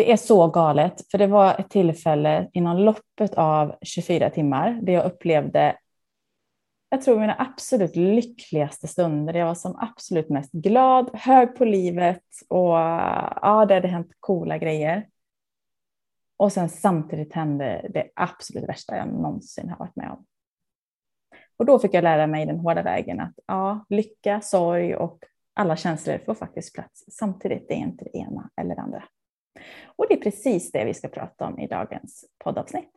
Det är så galet, för det var ett tillfälle inom loppet av 24 timmar där jag upplevde, jag tror mina absolut lyckligaste stunder. Jag var som absolut mest glad, hög på livet och ja, det hade hänt coola grejer. Och sen samtidigt hände det absolut värsta jag någonsin har varit med om. Och då fick jag lära mig den hårda vägen att ja, lycka, sorg och alla känslor får faktiskt plats samtidigt. Det är inte det ena eller det andra. Och det är precis det vi ska prata om i dagens poddavsnitt.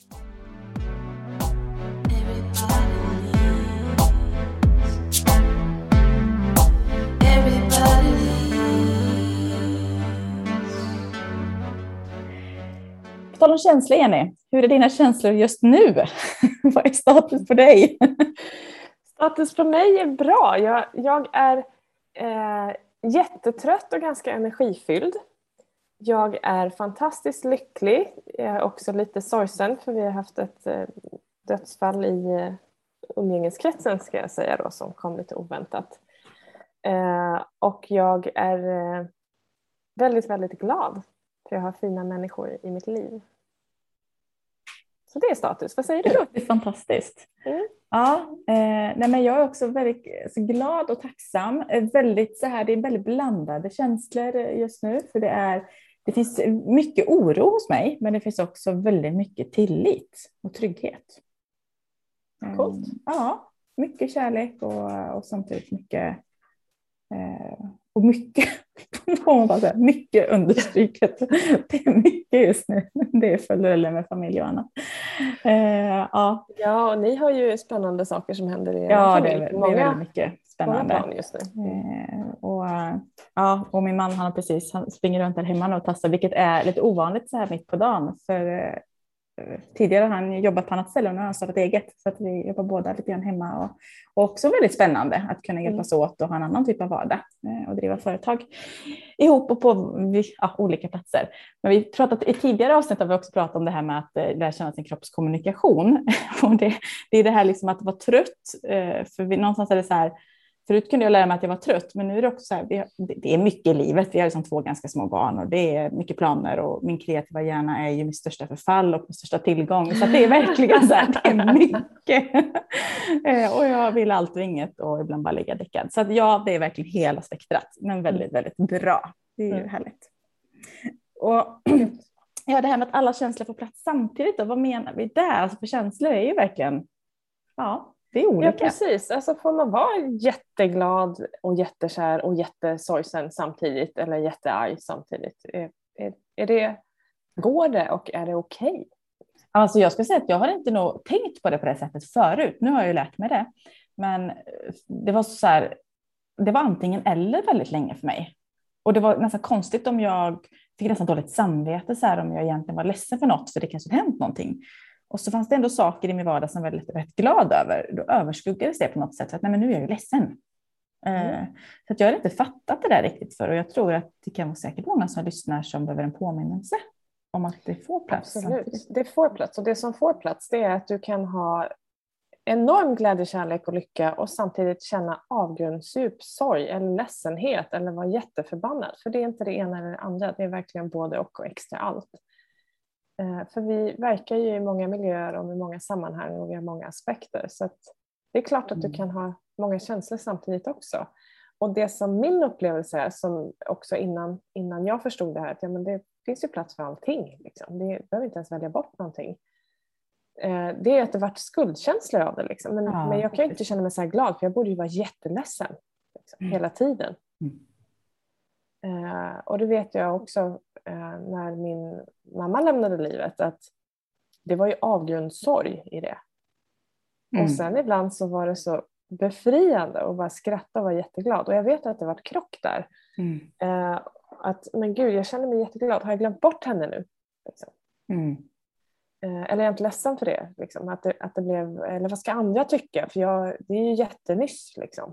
På tal om känslor, Jenny, hur är dina känslor just nu? Vad är status på dig? Status på mig är bra. Jag är jättetrött och ganska energifylld. Jag är fantastiskt lycklig. Jag är också lite sorgsen för vi har haft ett dödsfall i umgängeskretsen ska jag säga då, som kom lite oväntat. Och jag är väldigt, väldigt glad för jag har fina människor i mitt liv. Så det är status. Vad säger du? Det låter fantastiskt. Mm. Ja, nej men jag är också väldigt så glad och tacksam. Väldigt så här, det är väldigt blandade känslor just nu. För det finns mycket oro hos mig, men det finns också väldigt mycket tillit och trygghet. Coolt. Ja, mycket kärlek och samtidigt mycket och mycket får man bara säga, mycket understryket. Det är mycket just nu. Det är föräldrar med familj och annat. Ja. Ja, och ni har ju spännande saker som händer i er familj. Det är väldigt mycket spännande. Många plan just nu. Och min man han springer runt där hemma och tassar, vilket är lite ovanligt så här mitt på dagen. För tidigare har han jobbat på annat ställe och nu har han startat eget. Så att vi jobbar båda lite grann hemma. Och också väldigt spännande att kunna hjälpas åt och ha en annan typ av vardag. Och driva företag ihop och på olika platser. Men vi pratat i tidigare avsnitt har vi också pratat om det här med att lära känna sin kroppskommunikation. Och det är det här liksom att vara trött. För någonstans är det så här. Förut kunde jag lära mig att jag var trött, men nu är det också så här, det är mycket i livet. Vi har liksom 2 ganska små barn och det är mycket planer och min kreativa hjärna är ju min största förfall och min största tillgång. Så det är verkligen så här, det är mycket. Och jag vill allt och inget och ibland bara ligga däckad. Så att ja, det är verkligen hela spektrat, men väldigt, väldigt bra. Det är ju härligt. Och ja, det här med att alla känslor får plats samtidigt då, vad menar vi där? Alltså för känslor är ju verkligen, ja. Det är olika. Ja, precis. Alltså får man vara jätteglad och jättekär och jättesorgsen samtidigt eller jättearg samtidigt? Går det och är det okej? Alltså jag ska säga att jag har inte nog tänkt på det på det sättet förut. Nu har jag ju lärt mig det. Men det var så här, det var antingen eller väldigt länge för mig. Och det var nästan konstigt om jag fick nästan dåligt samvete så här, om jag egentligen var ledsen för något för det kanske hänt någonting. Och så fanns det ändå saker i min vardag som jag var rätt glad över. Då överskuggades det på något sätt. Så att nej, men nu är jag ju ledsen. Så att jag har inte fattat det där riktigt för. Och jag tror att det kan vara säkert många som lyssnar som behöver en påminnelse om att det får plats. Absolut, samtidigt. det får plats. Och det som får plats det är att du kan ha enorm glädje, kärlek och lycka och samtidigt känna avgrundsdjup sorg eller ledsenhet eller vara jätteförbannad. För det är inte det ena eller det andra. Det är verkligen både och extra allt. För vi verkar ju i många miljöer och i många sammanhang och vi har många aspekter. Så att det är klart att du kan ha många känslor samtidigt också. Och det som min upplevelse är, som också innan jag förstod det här, att ja, men det finns ju plats för allting. Liksom. Det behöver inte ens välja bort någonting. Det är att det varit skuldkänslor av det. Liksom. Men jag kan ju inte känna mig så här glad, för jag borde ju vara jätteledsen liksom, hela tiden. Och det vet jag också när min mamma lämnade livet, att det var ju avgrundssorg i det. Och sen ibland så var det så befriande och bara skratta och vara jätteglad. Och jag vet att det var ett krock där. Att, men gud, jag känner mig jätteglad. Har jag glömt bort henne nu? Liksom. Eller är jag inte ledsen för det? Liksom. Att det blev, eller vad ska andra tycka? För det är ju jättenyss. Liksom.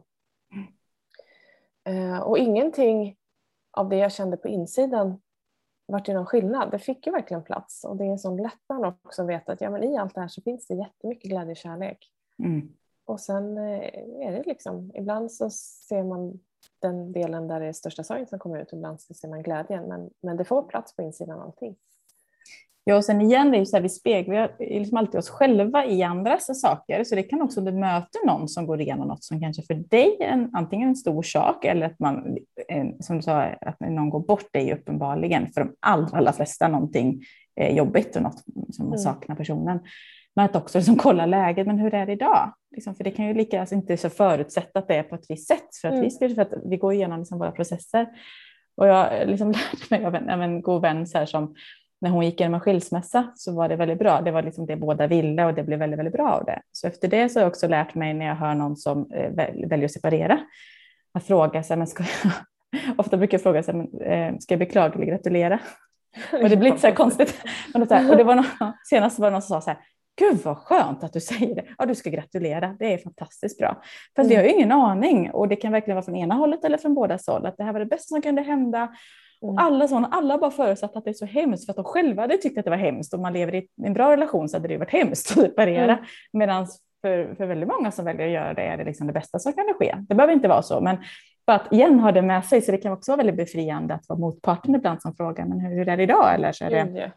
Och ingenting av det jag kände på insidan vart det någon skillnad. Det fick ju verkligen plats. Och det är en sån lättnad också att veta att ja, men i allt det här så finns det jättemycket glädje och kärlek. Och sen är det liksom, ibland så ser man den delen där det är största sorgen som kommer ut. Ibland så ser man glädjen, men det får plats på insidan av allting. Ja, och sen igen, det är ju så här, vi speglar liksom alltid oss själva i andras saker. Så det kan också, om du möter någon som går igenom något som kanske för dig är antingen en stor sak eller att man, som du sa, att någon går bort, är ju uppenbarligen för de allra flesta någonting jobbigt och något som man saknar personen. Men att också liksom kolla läget, men hur är det idag? Liksom, för det kan ju lika alltså inte så förutsätta att det är på ett visst sätt för att vi går igenom liksom våra processer. Och jag liksom lärde mig av en god vän så här, som när hon gick igenom en skilsmässa så var det väldigt bra. Det var liksom det båda ville och det blev väldigt, väldigt bra av det. Så efter det så har jag också lärt mig när jag hör någon som väljer att separera. Att fråga sig, men ofta brukar jag fråga sig, ska jag beklaga eller gratulera? Och det blir lite så här konstigt. Och det var senast var det någon som sa så här, gud vad skönt att du säger det. Ja, du ska gratulera. Det är fantastiskt bra. För vi har ju ingen aning. Och det kan verkligen vara från ena hållet eller från båda håll. Att det här var det bästa som kunde hända. Och alla bara förutsatt att det är så hemskt för att de själva hade tyckt att det var hemskt. Om man lever i en bra relation så hade det varit hemskt att separera. Medan för väldigt många som väljer att göra det är det liksom det bästa som kan ske. Det behöver inte vara så. Men för att igen ha det med sig, så det kan också vara väldigt befriande att vara motparten ibland som frågar, men hur är det idag? Eller så är det...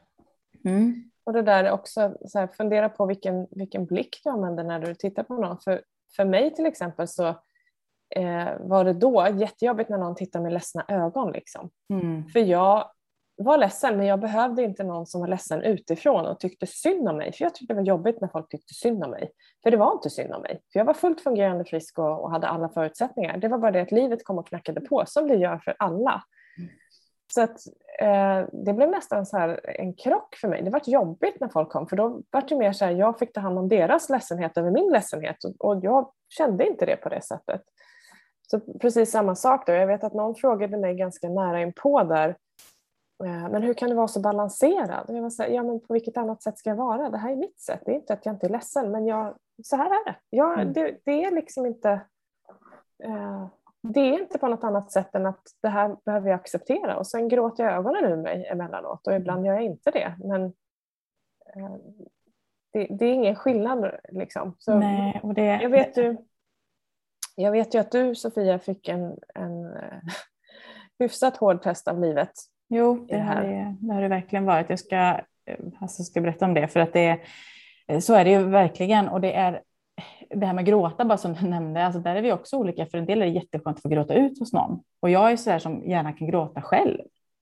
Och det där är också, så här, fundera på vilken blick du använder när du tittar på någon. För mig till exempel så var det då jättejobbigt när någon tittar med ledsna ögon. Liksom. För jag var ledsen, men jag behövde inte någon som var ledsen utifrån och tyckte synd om mig. För jag tyckte det var jobbigt när folk tyckte synd om mig. För det var inte synd om mig. För jag var fullt fungerande frisk och hade alla förutsättningar. Det var bara det att livet kom och knackade på, som det gör för alla. Så att det blev nästan så här en krock för mig. Det var jobbigt när folk kom, för då var det mer så här, jag fick ta hand om deras ledsenhet över min ledsenhet. Och jag kände inte det på det sättet. Så precis samma sak då. Jag vet att någon frågade mig ganska nära inpå där. Men hur kan du vara så balanserad? Och jag var så här, ja, men på vilket annat sätt ska jag vara? Det här är mitt sätt. Det är inte att jag inte är ledsen, men så här är det. Det är liksom inte... Det är inte på något annat sätt än att det här behöver jag acceptera. Och sen gråter jag ögonen ur mig emellanåt. Och ibland gör jag inte det. Men det är ingen skillnad liksom. Så Nej, och det... Jag vet ju att du, Sofia, fick en hyfsat hård test av livet. Jo, det har det verkligen varit. Jag ska berätta om det. För att så är det ju verkligen. Och det är det här med gråta, bara som du nämnde, alltså där är vi också olika. För en del är det jätteskönt att få gråta ut hos någon. Och jag är så här som gärna kan gråta själv.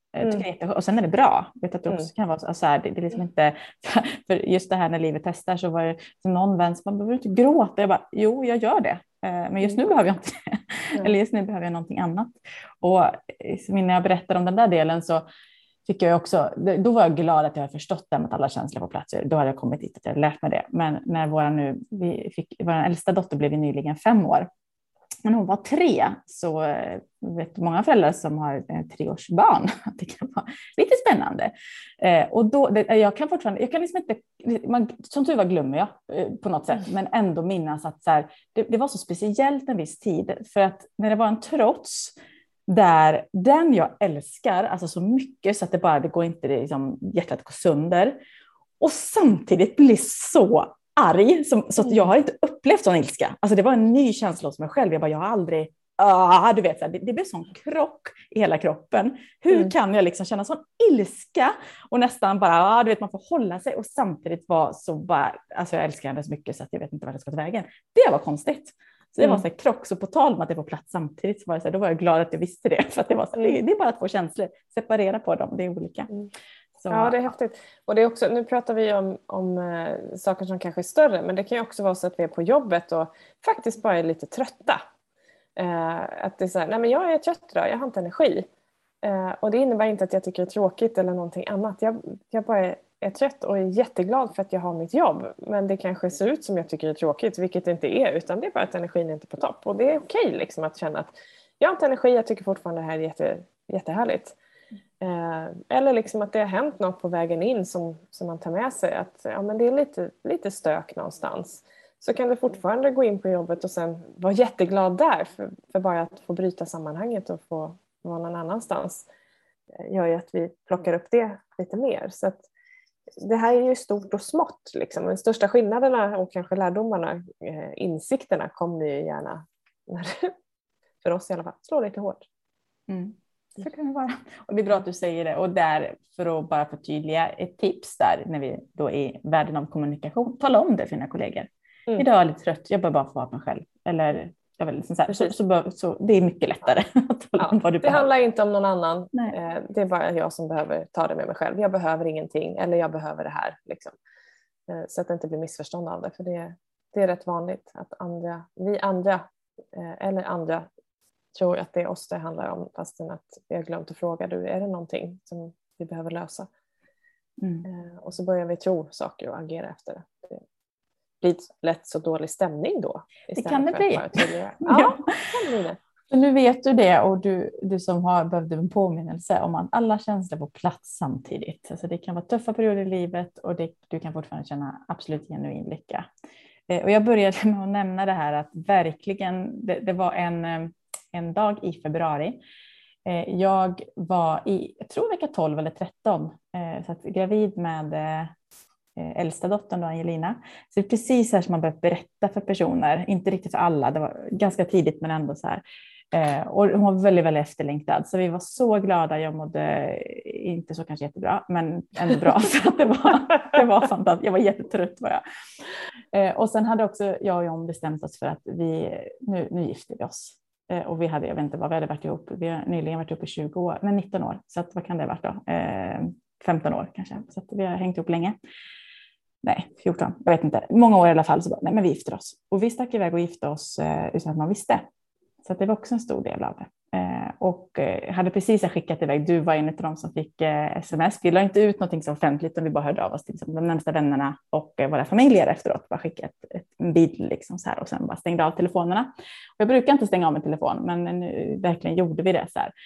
Och sen är det bra. Vet att det också kan vara så här, det är liksom inte, för just det här när livet testar så var det någon vän som man behöver inte gråta. Jag bara, jo, jag gör det. Men just nu behöver jag inte det. Eller just nu behöver jag någonting annat. Och när jag berättar om den där delen så fick jag också, då var jag glad att jag hade förstått det med alla känslor på plats. Då hade jag kommit dit att jag hade lärt mig det. Men när vår äldsta dotter blev nyligen 5 år. När hon var 3 så vet många föräldrar som har 3-årsbarn att det kan vara lite spännande. Och då, jag kan liksom inte, som tur var glömmer jag på något sätt, men ändå minnas att så här, det var så speciellt en viss tid. För att när det var en trots där den jag älskar, alltså så mycket så att det går inte liksom, hjärtat går sönder. Och samtidigt blir så arg, så att jag har inte upplevt sån ilska. Alltså det var en ny känsla hos mig själv. Jag har aldrig, du vet, det blev sån krock i hela kroppen. Hur kan jag liksom känna sån ilska och nästan bara, du vet, man får hålla sig och samtidigt vara så bara, alltså jag älskar henne så mycket så att jag vet inte vart jag ska ta vägen. Det var konstigt. Så det var så här krock, så på tal om att det var plats samtidigt så var det så här, då var jag glad att jag visste det. För att det var så här, det är bara 2 känslor, separera på dem, det är olika. Så. Ja, det är häftigt. Och det är också, nu pratar vi om saker som kanske är större, men det kan ju också vara så att vi är på jobbet och faktiskt bara är lite trötta. Att det är så här, nej men jag är trött idag, jag har inte energi. Och det innebär inte att jag tycker det är tråkigt eller någonting annat. Jag bara är trött och är jätteglad för att jag har mitt jobb. Men det kanske ser ut som jag tycker det är tråkigt, vilket det inte är, utan det är bara att energin är inte på topp. Och det är okej liksom att känna att jag har inte energi, jag tycker fortfarande det här är jättehärligt. Eller liksom att det har hänt något på vägen in som man tar med sig, att ja, men det är lite stök någonstans, så kan du fortfarande gå in på jobbet och sen vara jätteglad där för bara att få bryta sammanhanget och få vara någon annanstans gör ju att vi plockar upp det lite mer. Så att det här är ju stort och smått liksom. De största skillnaderna och kanske lärdomarna, insikterna kommer ju gärna för oss i alla fall, slår lite hårt. Så kan det vara. Och det är bra att du säger det. Och där, för att bara förtydliga, ett tips där när vi då är i världen av kommunikation. Tala om det för dina kollegor. Idag är jag lite trött, jag behöver bara få vara mig själv. Eller jag vill liksom så det är mycket lättare att tala om vad du det behöver. handlar inte om någon annan. Nej. Det är bara jag som behöver ta det med mig själv. Jag behöver ingenting, eller jag behöver det här. Liksom. Så att det inte blir missförstånd av det. För det är rätt vanligt att vi andra eller andra tror att det är oss det handlar om, fastän att vi har glömt att fråga, är det någonting som vi behöver lösa? Och så börjar vi tro saker och agera efter det. Det blir lätt så dålig stämning då. Det kan det bli. Ja, det kan bli det. Så nu vet du det, och du som har behövt en påminnelse om att alla känslor på plats samtidigt. Alltså det kan vara tuffa perioder i livet, och du kan fortfarande känna absolut genuin lycka. Och jag började med att nämna det här att verkligen, det var en dag i februari. Jag var jag tror vecka 12 eller 13, så att gravid med äldsta dottern då, Angelina. Så det är precis här som man börjat berätta för personer, inte riktigt för alla, det var ganska tidigt men ändå så här. Och hon var väldigt, väldigt efterlängtad, så vi var så glada. Jag mådde inte så kanske jättebra, men ändå bra, för att det var fantastiskt. Jag var jättetrött var jag. Och sen hade också jag och John bestämt oss för att nu gifter vi oss. Och jag vet inte vad vi hade varit ihop. Vi har nyligen varit ihop i 20 år, men 19 år. Så att, vad kan det ha varit då? 15 år kanske. Så att vi har hängt ihop länge. Nej, 14. Jag vet inte. Många år i alla fall. Så bara, nej, men vi gifter oss. Och vi stack iväg och gifte oss utan att man visste. Så att det var också en stor del av det. Och hade precis skickat iväg. Du var en av dem som fick sms. Vi la inte ut någonting så offentligt, utan vi bara hörde av oss till de närmsta vännerna och våra familjer efteråt. Bara skicka en bild liksom så här, och sen bara stängde av telefonerna. Och jag brukar inte stänga av min telefon, men nu verkligen gjorde vi det så här.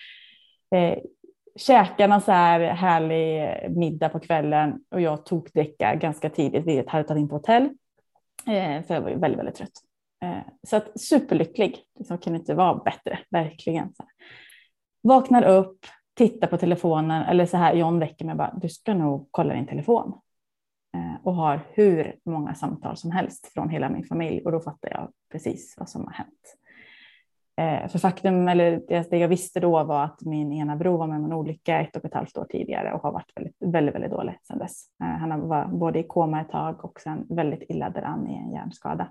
Käkarna så här härlig middag på kvällen, och jag tog dricka ganska tidigt. Vi hade tagit in på hotell, för jag var ju väldigt, väldigt trött. Så att superlycklig, liksom, kan inte vara bättre, verkligen. Så här. Vaknar upp, tittar på telefonen, eller så här, John väcker mig bara, du ska nog kolla din telefon. Och har hur många samtal som helst från hela min familj, och då fattar jag precis vad som har hänt. För faktum, eller det jag visste då, var att min ena bror var med om en olycka 1,5 år tidigare och har varit väldigt, väldigt, väldigt dålig sedan dess. Han var både i koma ett tag och sen väldigt illa däran i en hjärnskada.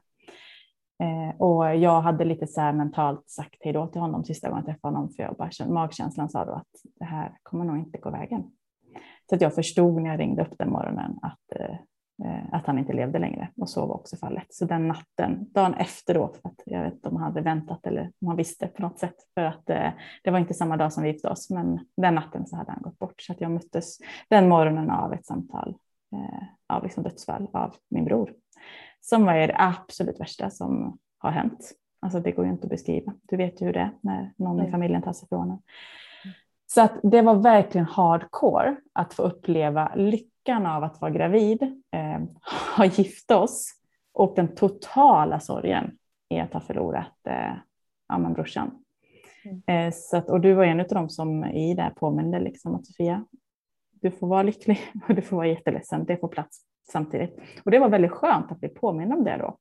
Och jag hade lite så här mentalt sagt hej då till honom sista gången jag träffade honom, för jag bara magkänslan sa då att det här kommer nog inte gå vägen. Så att jag förstod när jag ringde upp den morgonen att han inte levde längre, och så var också fallet. Så den natten, dagen efter då, för att jag vet inte om han hade väntat eller om han visste på något sätt, för att det var inte samma dag som vi gifte oss, men den natten så hade han gått bort. Så att jag möttes den morgonen av ett samtal av liksom dödsfall av min bror, som var det absolut värsta som har hänt. Alltså det går ju inte att beskriva. Du vet ju hur det är när någon i familjen tar sig ifrån en. Så att det var verkligen hardcore att få uppleva lyckan av att vara gravid, ha gift oss, och den totala sorgen i att ha förlorat brorsan. Så att, och du var en av dem som i det här påminde liksom att Sofia, du får vara lycklig och du får vara jätteledsen. Det får plats samtidigt. Och det var väldigt skönt att bli påmind om det då.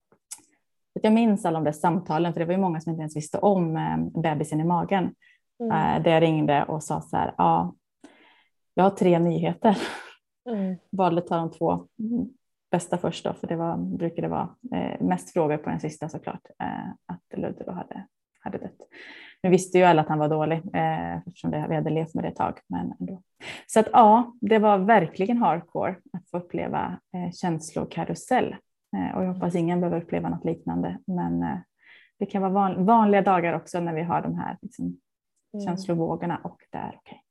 Jag minns alla de där samtalen, för det var ju många som inte ens visste om bebisen i magen. Där jag ringde och sa så här, ja, jag har 3 nyheter. Valde att ta de 2 bästa först då, för brukade det vara mest frågor på den sista såklart, att Ludde då hade dött. Nu visste ju alla att han var dålig, eftersom vi hade levt med det ett tag. Men ändå. Så att ja, det var verkligen hardcore att få uppleva känslokarusell. Och jag hoppas ingen behöver uppleva något liknande. Men det kan vara vanliga dagar också när vi har de här liksom, känslovågorna, och där okej.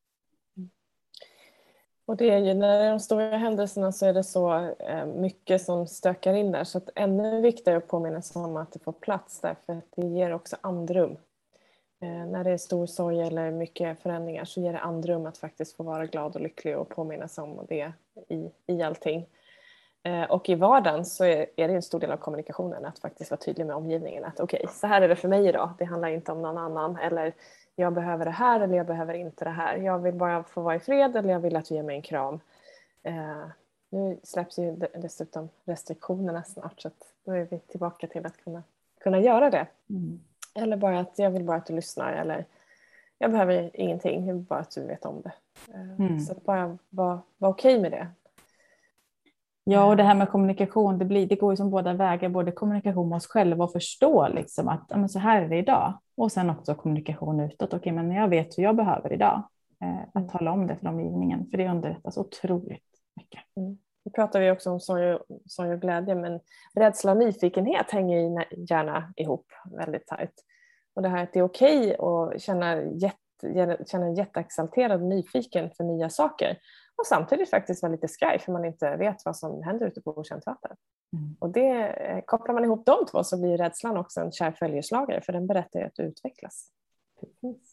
Och det är ju när det är de stora händelserna så är det så mycket som stökar in där. Så att ännu viktigare att påminna sig om att det får plats, därför att det ger också andrum. När det är stor sorg eller mycket förändringar så ger det andrum att faktiskt få vara glad och lycklig och påminna sig om det i allting. Och i vardagen så är det en stor del av kommunikationen att faktiskt vara tydlig med omgivningen. Att okej, så här är det för mig idag. Det handlar inte om någon annan, eller jag behöver det här eller jag behöver inte det här. Jag vill bara få vara i fred, eller jag vill att du ger mig en kram. Nu släpps ju dessutom restriktionerna snart, så att då är vi tillbaka till att kunna göra det. Eller bara att jag vill bara att du lyssnar. Eller jag behöver ingenting, jag vill bara att du vet om det. Så att bara vara okej med det. Ja, och det här med kommunikation, det går ju som båda vägar, både kommunikation med oss själva och förstå liksom att men så här är det idag. Och sen också kommunikation utåt. Okej, men jag vet hur jag behöver idag. Att tala om det för omgivningen, för det underlättar så otroligt mycket. Nu pratar vi också om sorg och glädje, men rädsla och nyfikenhet hänger ju gärna ihop väldigt tajt. Och det här att det är okej att känna en jätteexalterad nyfiken för nya saker. Och samtidigt faktiskt vara lite skraj för man inte vet vad som händer ute på okänt vatten. Och det, kopplar man ihop de två så blir rädslan också en kär följeslagare, för den berättar ju att du utvecklas. Precis.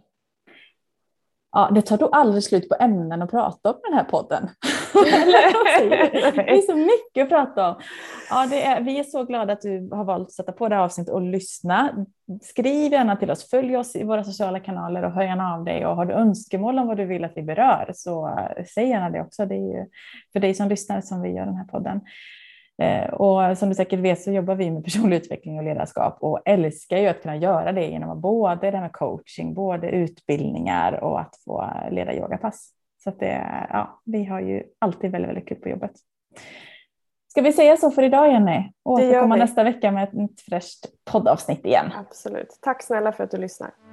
Ja, det tar då aldrig slut på ämnen att prata om den här podden. Det är så mycket att prata om. Ja, vi är så glada att du har valt att sätta på det här avsnittet och lyssna. Skriv gärna till oss, följ oss i våra sociala kanaler och hör gärna av dig. Och har du önskemål om vad du vill att vi berör, så säg gärna det också. Det är ju för dig som lyssnar som vi gör den här podden. Och som du säkert vet så jobbar vi med personlig utveckling och ledarskap och älskar ju att kunna göra det genom både det med coaching, både utbildningar och att få leda yogapass. Så att vi har ju alltid väldigt, väldigt kul på jobbet. Ska vi säga så för idag, Jenny? Och återkomma nästa vecka med ett nytt fräscht poddavsnitt igen. Absolut. Tack snälla för att du lyssnar.